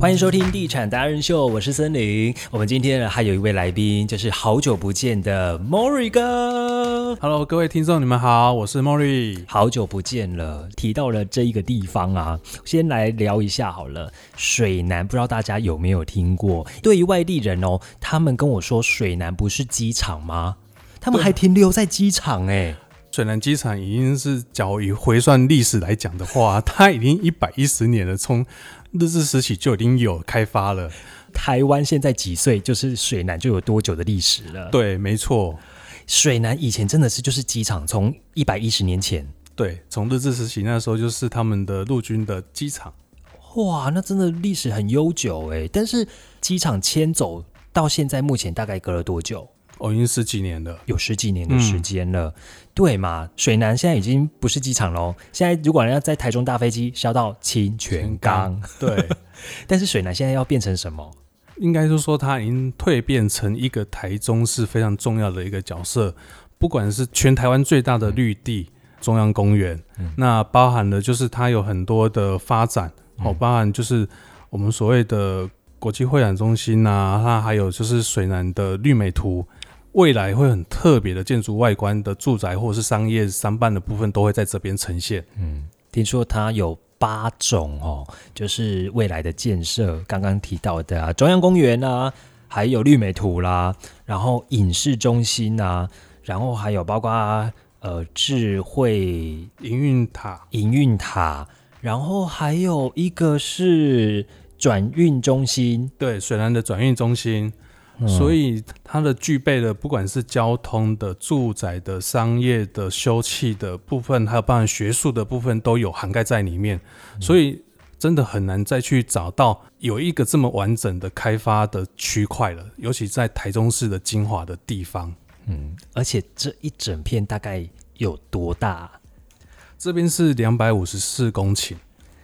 欢迎收听地产达人秀，我是森林。我们今天还有一位来宾，就是好久不见的 Mori 哥。 Hello， 各位听众，你们好，我是 Mori。 好久不见了，提到了这一个地方啊，先来聊一下好了。水南，不知道大家有没有听过？对于外地人哦，他们跟我说水南不是机场吗？他们还停留在机场欸。 水南机场已经是，假如以回算历史来讲的话，它已经110年了，从日治时期就已经有开发了。 台湾现在几岁，就是水南就有多久的历史了？ 对，没错。 水南以前真的是就是机场，从110年前， 对，从日治时期那时候就是他们的陆军的机场。 哇，那真的历史很悠久欸。但是机场迁走到现在，目前大概隔了多久？ 已经10几年了， 有10几年的时间了。对嘛，水南现在已经不是机场咯，现在如果人家在台中搭飞机是要到清泉岗， 对。 但是水南现在要变成什么？ 应该说它已经蜕变成一个台中市非常重要的一个角色，不管是全台湾最大的绿地中央公园，那包含了就是它有很多的发展，包含就是我们所谓的国际会展中心啊，那还有就是水南的绿美图，未来会很特别的建筑外观的住宅或者是商业商办的部分都会在这边呈现。 听说它有8种就是未来的建设，刚刚提到的中央公园啊，还有绿美图啦，然后影视中心啊，然后还有包括智慧营运塔， 然后还有一个是转运中心， 对，水南的转运中心。所以它的具备的不管是交通的、住宅的、商业的、休憩的部分，还有包含学术的部分都有涵盖在里面，所以真的很难再去找到有一个这么完整的开发的区块了，尤其在台中市的精华的地方。 而且这一整片大概有多大？ 这边是254公顷。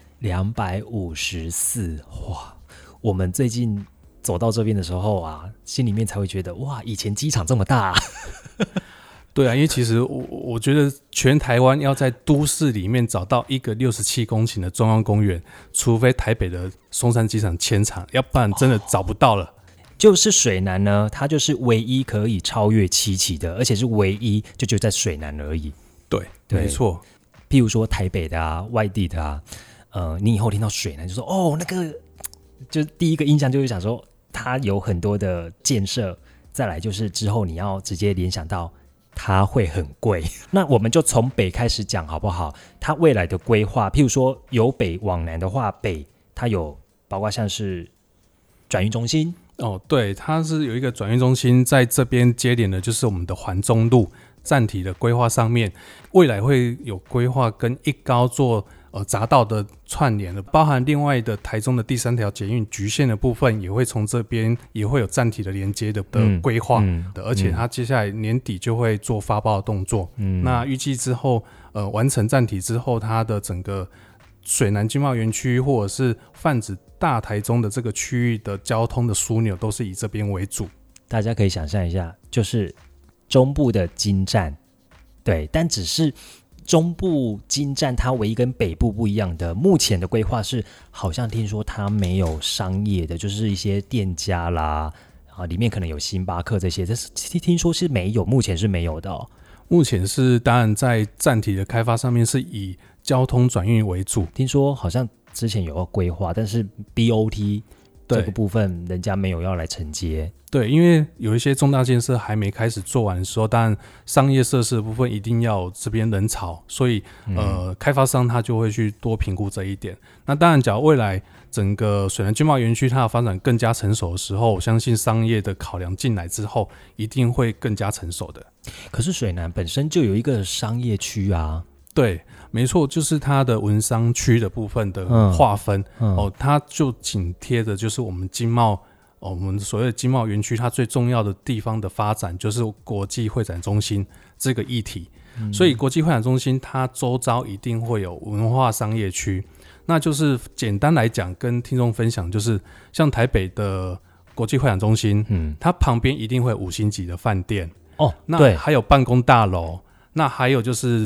254，哇！我们最近走到这边的时候啊，心里面才会觉得哇，以前机场这么大。 对啊，因为其实我觉得全台湾要在都市里面找到一个67公顷的中央公园，除非台北的松山机场迁厂，要不然真的找不到了。 就是水南呢，它就是唯一可以超越七期的，而且是唯一就在水南而已。 对，没错。 譬如说台北的啊，外地的啊，你以后听到水南就说哦，那个就第一个印象就是想说它有很多的建设，再来就是之后你要直接联想到它会很贵。那我们就从北开始讲好不好？它未来的规划，譬如说由北往南的话，北它有包括像是转运中心。 对，它是有一个转运中心在这边接连的，就是我们的环中路站体的规划上面，未来会有规划跟一高做匝道的串联的，包含另外的台中的第3条捷运局限的部分，也会从这边也会有站体的连接的规划的，而且它接下来年底就会做发包的动作。那预计之后完成站体之后，它的整个水南经贸园区或者是泛指大台中的这个区域的交通的枢纽都是以这边为主。 大家可以想象一下，就是中部的金站，对，但只是中部金站它唯一跟北部不一样的，目前的规划是好像听说它没有商业的，就是一些店家啦，里面可能有星巴克这些，这是听说是没有，目前是没有的目前是当然在站体的开发上面是以交通转运为主， 听说好像之前有要规划，但是 BOT 这个部分人家没有要来承接。 对，因为有一些重大建设还没开始做完的时候，当然商业设施的部分一定要这边人潮，所以开发商他就会去多评估这一点。那当然假如未来整个水南经贸园区它的发展更加成熟的时候，我相信商业的考量进来之后一定会更加成熟的。 可是水南本身就有一个商业区啊。 对，没错，就是它的文商区的部分的划分，它就紧贴的就是我们经贸，我们所谓的经贸园区，它最重要的地方的发展就是国际会展中心这个议题，所以国际会展中心它周遭一定会有文化商业区，那就是简单来讲跟听众分享，就是像台北的国际会展中心，它旁边一定会有5星级的饭店，那还有办公大楼，那还有就是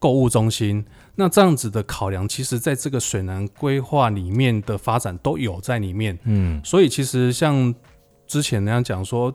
购物中心。那这样子的考量，其实在这个水南规划里面的发展都有在里面。所以其实像之前那样讲说，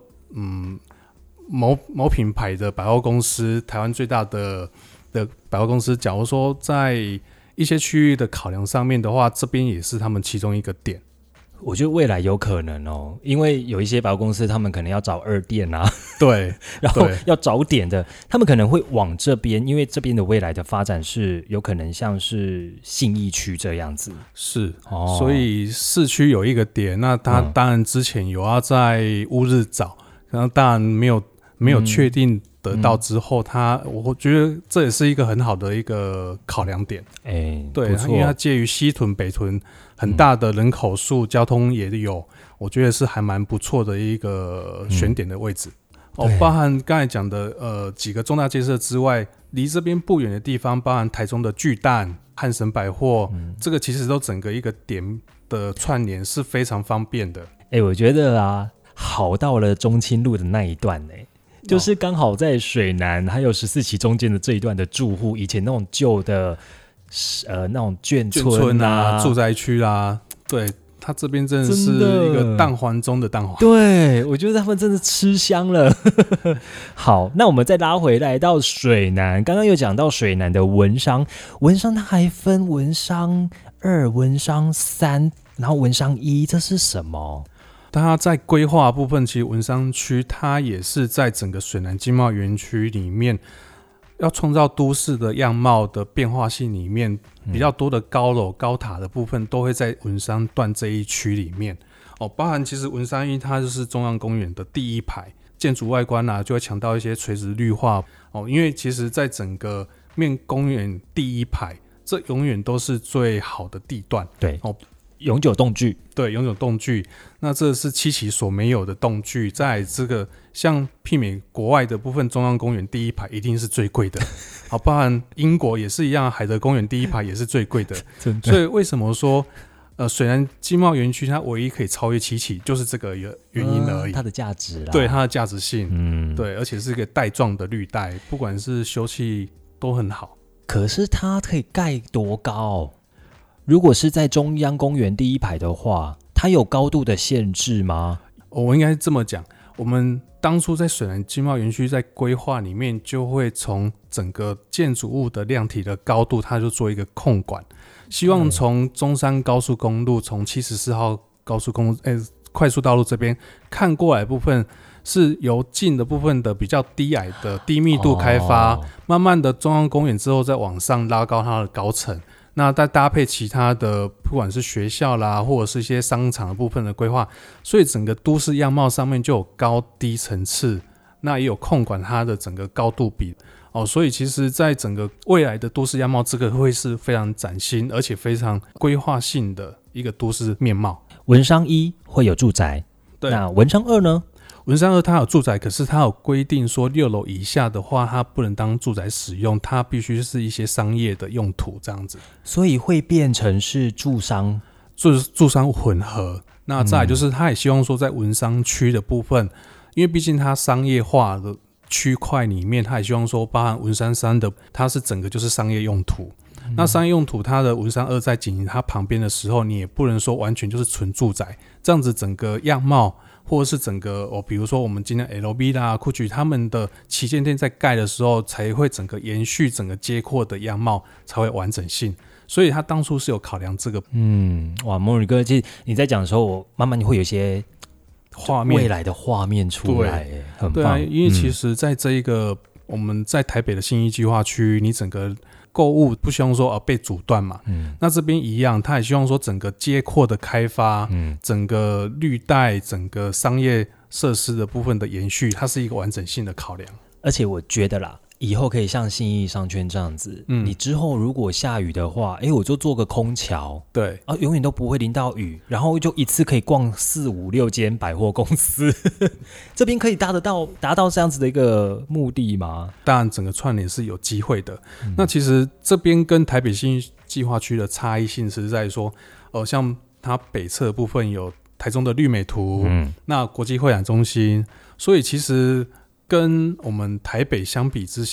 某品牌的百货公司，台湾最大的百货公司，假如说在一些区域的考量上面的话，这边也是他们其中一个点。 我觉得未来有可能哦，因为有一些百货公司，他们可能要找二店啊， 对， 然后要找点的，他们可能会往这边，因为这边的未来的发展是有可能像是信义区这样子， 是，所以市区有一个点，那他当然之前有要在乌日找，然后当然没有确定得到之后，我觉得这也是一个很好的一个考量点。对，因为它介于西屯、北屯很大的人口数，交通也有，我觉得是还蛮不错的一个选点的位置。包含刚才讲的几个重大建设之外，离这边不远的地方，包含台中的巨蛋、汉神百货，这个其实都整个一个点的串联是非常方便的。 我觉得啊，好到了中清路的那一段就是刚好在水南还有14期中间的这一段的住户，以前那种旧的那种眷村啊、 住宅区啊，对，他这边真的是一个蛋黄中的蛋黄。 对，我觉得他们真的吃香了。好，那我们再拉回来到水南，刚刚有讲到水南的文商它还分文商2、文商3，然后文商1，这是什么？ 它在规划部分，其实文商区它也是在整个水南经贸园区里面，要创造都市的样貌的变化性里面，比较多的高楼高塔的部分都会在文商段这一区里面。包含其实文商1它就是中央公园的第一排，建筑外观就会强调一些垂直绿化。因为其实在整个面公园第一排，这永远都是最好的地段。 对，永久动距， 对，永久动距，那这是七期所没有的动距。在这个像媲美国外的部分，中央公园第一排一定是最贵的。包含英国也是一样，海德公园第一排也是最贵的。真的。所以为什么说水南经贸园区它唯一可以超越七期，就是这个原因而已。 它的价值啦， 对，它的价值性，对，而且是一个带状的绿带，不管是休憩都很好。 可是它可以盖多高？如果是在中央公园第一排的话，它有高度的限制吗？ 我应该这么讲，我们当初在水南经贸园区在规划里面，就会从整个建筑物的量体的高度，它就做一个控管，希望从中山高速公路，从74号高速公路快速道路这边看过来的部分，是由近的部分的比较低矮的低密度开发，慢慢的中央公园之后再往上拉高它的高层。那再搭配其他的，不管是学校啦，或者是一些商场的部分的规划，所以整个都市样貌上面就有高低层次，那也有控管它的整个高度比。所以其实在整个未来的都市样貌，这个会是非常崭新而且非常规划性的一个都市面貌。 文商1会有住宅， 对， 那文商2呢？ 文商2它有住宅，可是它有规定说6楼以下的话，它不能当住宅使用，它必须是一些商业的用途这样子， 所以会变成是住商混合。那再来就是他也希望说在文商区的部分，因为毕竟它商业化的区块里面，他也希望说包含文商3的，它是整个就是商业用途。那商业用途它的文商2在紧邻它旁边的时候，你也不能说完全就是纯住宅，这样子整个样貌或者是整个比如说我们今天 LV 啦、GUCCI 他们的旗舰店在盖的时候，才会整个延续整个街廓的样貌，才会完整性。所以他当初是有考量这个。 哇，梦宇哥，其实你在讲的时候，我慢慢会有一些画面， 未来的画面出来，很棒。 对啊，因为其实在这一个我们在台北的信义计划区，你整个购物不希望说被阻断嘛，那这边一样，他也希望说整个街廓的开发，整个绿带，整个商业设施的部分的延续，它是一个完整性的考量。 而且我觉得啦，以后可以像信义商圈这样子，你之后如果下雨的话，我就做个空桥， 对啊，永远都不会淋到雨，然后就一次可以逛4、5、6间百货公司，这边可以达到这样子的一个目的吗？ 当然，整个串联是有机会的。那其实这边跟台北信义计划区的差异性是在说，像它北侧的部分有台中的绿美图，那国际会展中心，所以其实跟我们台北相比之下，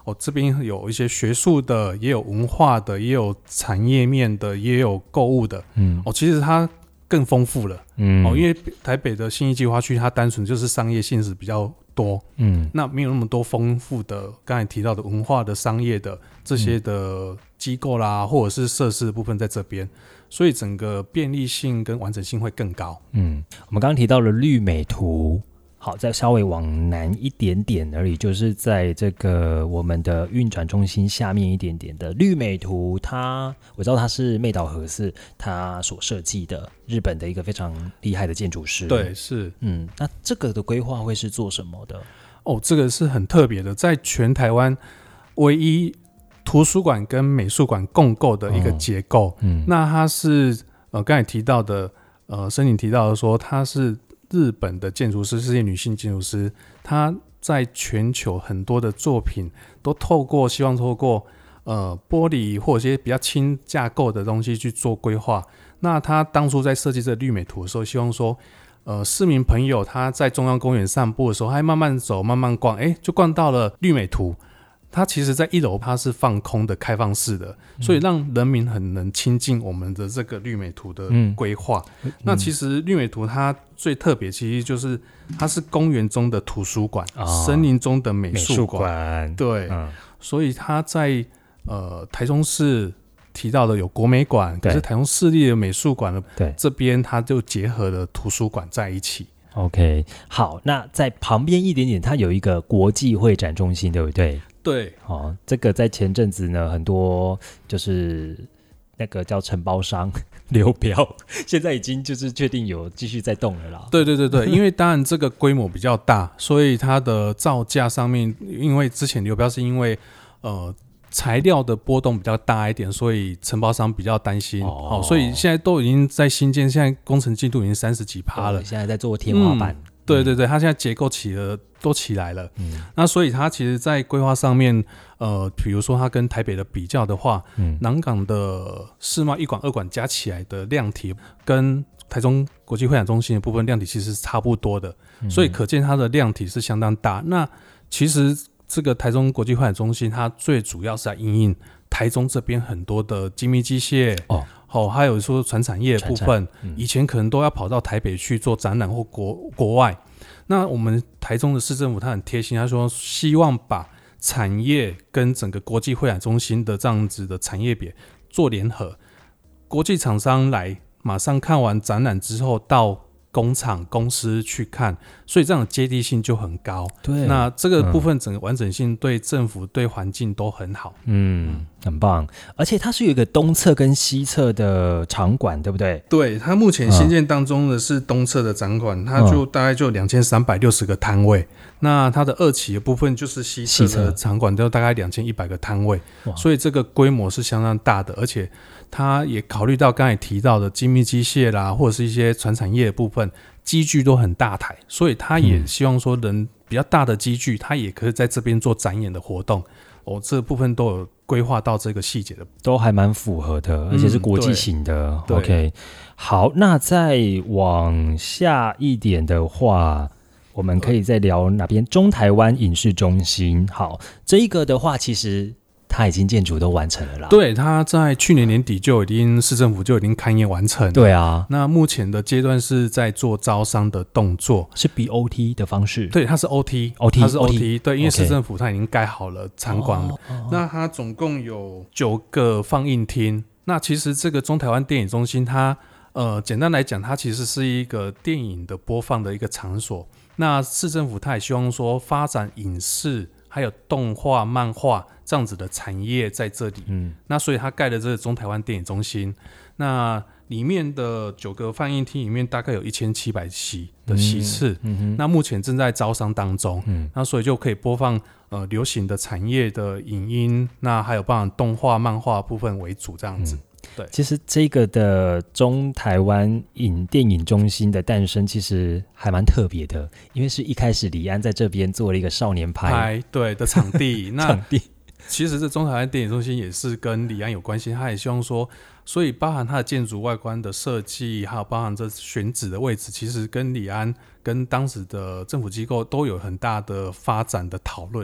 这边有一些学术的，也有文化的，也有产业面的，也有购物的，其实它更丰富了，因为台北的信义计划区它单纯就是商业性质比较多，那没有那么多丰富的刚才提到的文化的、商业的这些的机构啦，或者是设施的部分在这边，所以整个便利性跟完整性会更高。 我们刚刚提到了绿美图，好，再稍微往南一点点而已，就是在这个我们的运转中心下面一点点的绿美图，我知道它是妹岛和世他所设计的，日本的一个非常厉害的建筑师。 对，是， 那这个的规划会是做什么的？ 这个是很特别的，在全台湾唯一图书馆跟美术馆共构的一个结构。那它是刚才提到的，申请提到的说，它是日本的建筑师，世界女性建筑师，她在全球很多的作品都希望透过玻璃或者一些比较轻架构的东西去做规划。那她当初在设计这个绿美图的时候，希望说市民朋友他在中央公园散步的时候，还慢慢走慢慢逛，就逛到了绿美图。它其实在1楼它是放空的开放式的，所以让人民很能亲近我们的这个绿美图的规划。那其实绿美图它最特别其实就是它是公园中的图书馆，森林中的美术馆。对，所以它在台中市提到的有国美馆，可是台中市立的美术馆呢，这边它就结合了图书馆在一起。 OK， 好，那在旁边一点点，它有一个国际会展中心，对不对？ 对， 这个在前阵子呢，很多就是那个叫承包商流标，现在已经就是确定有继续在动了啦。 对，因为当然这个规模比较大，所以它的造价上面，因为之前流标是因为材料的波动比较大一点，所以承包商比较担心。所以现在都已经在新建，现在工程进度已经30几%了。 现在在做天花板。 对，它现在结构都起来了。那所以它其实在规划上面，比如说它跟台北的比较的话，南港的世贸1馆2馆加起来的量体跟台中国际会展中心的部分量体其实是差不多的，所以可见它的量体是相当大。那其实这个台中国际会展中心，它最主要是在因应台中这边很多的精密机械还有说传产业的部分，以前可能都要跑到台北去做展览或国外。那我们台中的市政府他很贴心，他说希望把产业跟整个国际会展中心的这样子的产业别做联合，国际厂商来马上看完展览之后到工厂公司去看，所以这样的接地性就很高。 对， 那这个部分整个完整性对政府对环境都很好。 很棒。而且它是有一个东侧跟西侧的场馆，对不对？ 对，它目前新建当中的是东侧的展馆，它就大概就2360个摊位。那它的2期的部分就是西侧的场馆，就大概2100个摊位，所以这个规模是相当大的，而且它也考虑到刚才提到的精密机械啦，或者是一些传产业的部分，机具都很大台，所以它也希望说人比较大的机具，它也可以在这边做展演的活动。这部分都有规划到这个细节的， 都还蛮符合的，而且是国际型的。OK， 好，那再往下一点的话，我们可以再聊哪边？中台湾影视中心。好，这一个的话，其实它已经建筑都完成了啦。 对，它在去年年底就已经市政府就已经勘验完成。 对啊， 那目前的阶段是在做招商的动作， 是 BOT 的方式。 对，它是 OT， 它是 OT。对，因为市政府它已经盖好了场馆了。那它总共有9个放映厅。那其实这个中台湾电影中心它，简单来讲，它其实是一个电影的播放的一个场所。那市政府它也希望说发展影视还有动画、漫画这样子的产业在这里。那所以他盖了这个中台湾电影中心，那里面的9个放映厅里面大概有1700席的席次。那目前正在招商当中。那所以就可以播放流行的产业的影音，那还有包含动画、漫画部分为主这样子。对， 其实这个的中台湾电影中心的诞生其实还蛮特别的，因为是一开始李安在这边做了一个少年派对的场地。那其实这中台湾电影中心也是跟李安有关系，他也希望说，所以包含它的建筑外观的设计，还有包含这选址的位置，其实跟李安跟当时的政府机构都有很大的发展的讨论。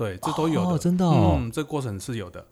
对，这都有的， 真的哦， 这过程是有的。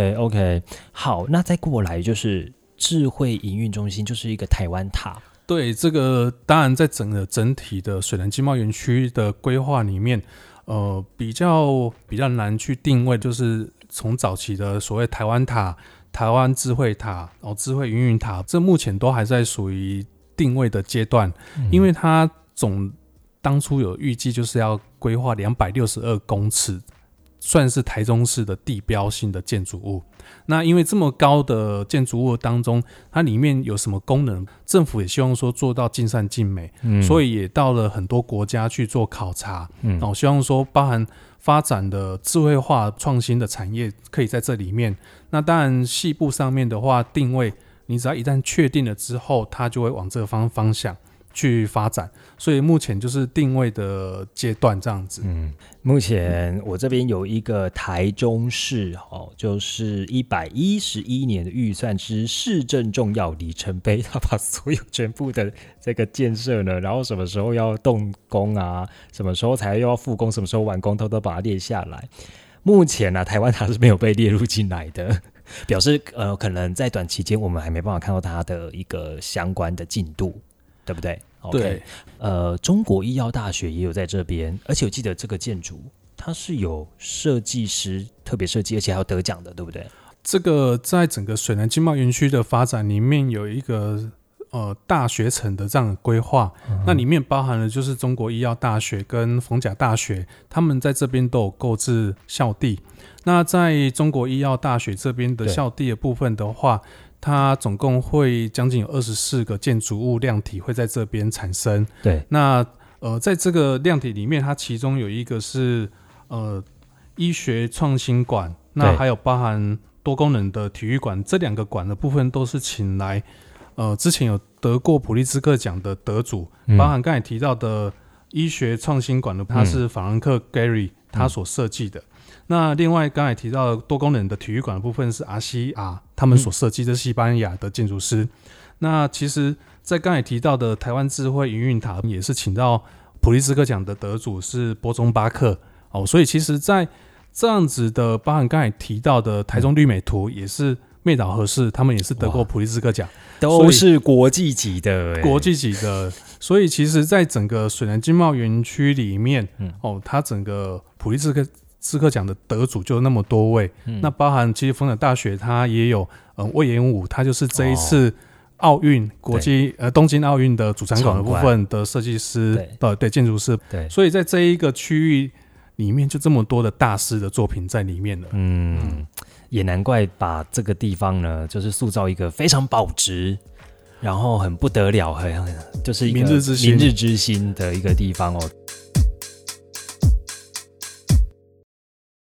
OK， 好，那再过来就是智慧营运中心，就是一个台湾塔。 对，这个当然在整体的水南经贸园区的规划里面，比较难去定位，就是从早期的所谓台湾塔、台湾智慧塔、智慧营运塔，这目前都还在属于定位的阶段，因为它当初有预计就是要规划262公尺，算是台中市的地标性的建筑物。那因为这么高的建筑物当中，它里面有什么功能，政府也希望说做到尽善尽美，所以也到了很多国家去做考察，希望说包含发展的智慧化创新的产业可以在这里面。那当然细部上面的话，定位你只要一旦确定了之后，它就会往这个方向去发展，所以目前就是定位的阶段这样子。 目前我这边有一个台中市就是111年的预算之市政重要里程碑，他把所有全部的这个建设呢，然后什么时候要动工啊，什么时候才又要复工，什么时候完工，都把它列下来。目前台湾塔是没有被列入进来的，表示可能在短期间我们还没办法看到它的一个相关的进度，对不对？ 对， 中国医药大学也有在这边，而且我记得这个建筑它是有设计师特别设计，而且还有得奖的，对不对？ 这个在整个水南经贸园区的发展里面有一个大学城的这样的规划，那里面包含了就是中国医药大学跟逢甲大学，他们在这边都有购置校地。那在中国医药大学这边的校地的部分的话，它总共会将近有24个建筑物量体会在这边产生。 对， 那在这个量体里面，它其中有一个是医学创新馆，那还有包含多功能的体育馆，这2个馆的部分都是请来之前有得过普利兹克奖的得主，包含刚才提到的医学创新馆的，它是法兰克 Gehry 他所设计的。那另外刚才提到的多功能的体育馆的部分是 RCR 他们所设计，这是西班牙的建筑师。那其实在刚才提到的台湾智慧营运塔也是请到普利兹克奖的得主是波中巴克，所以其实在这样子的包含刚才提到的台中绿美图也是妹岛和世，他们也是得过普利兹克奖， 都是国际级的国际级的。所以其实在整个水南经贸园区里面，它整个普利兹克奖的得主就那么多位，那包含其实逢甲大学它也有魏延武，他就是这一次奥运国际东京奥运的主场馆的部分的设计师，对建筑师，对，所以在这一个区域里面就这么多的大师的作品在里面了。 也难怪把这个地方呢，就是塑造一个非常保值，然后很不得了，就是一个明日之星的一个地方哦。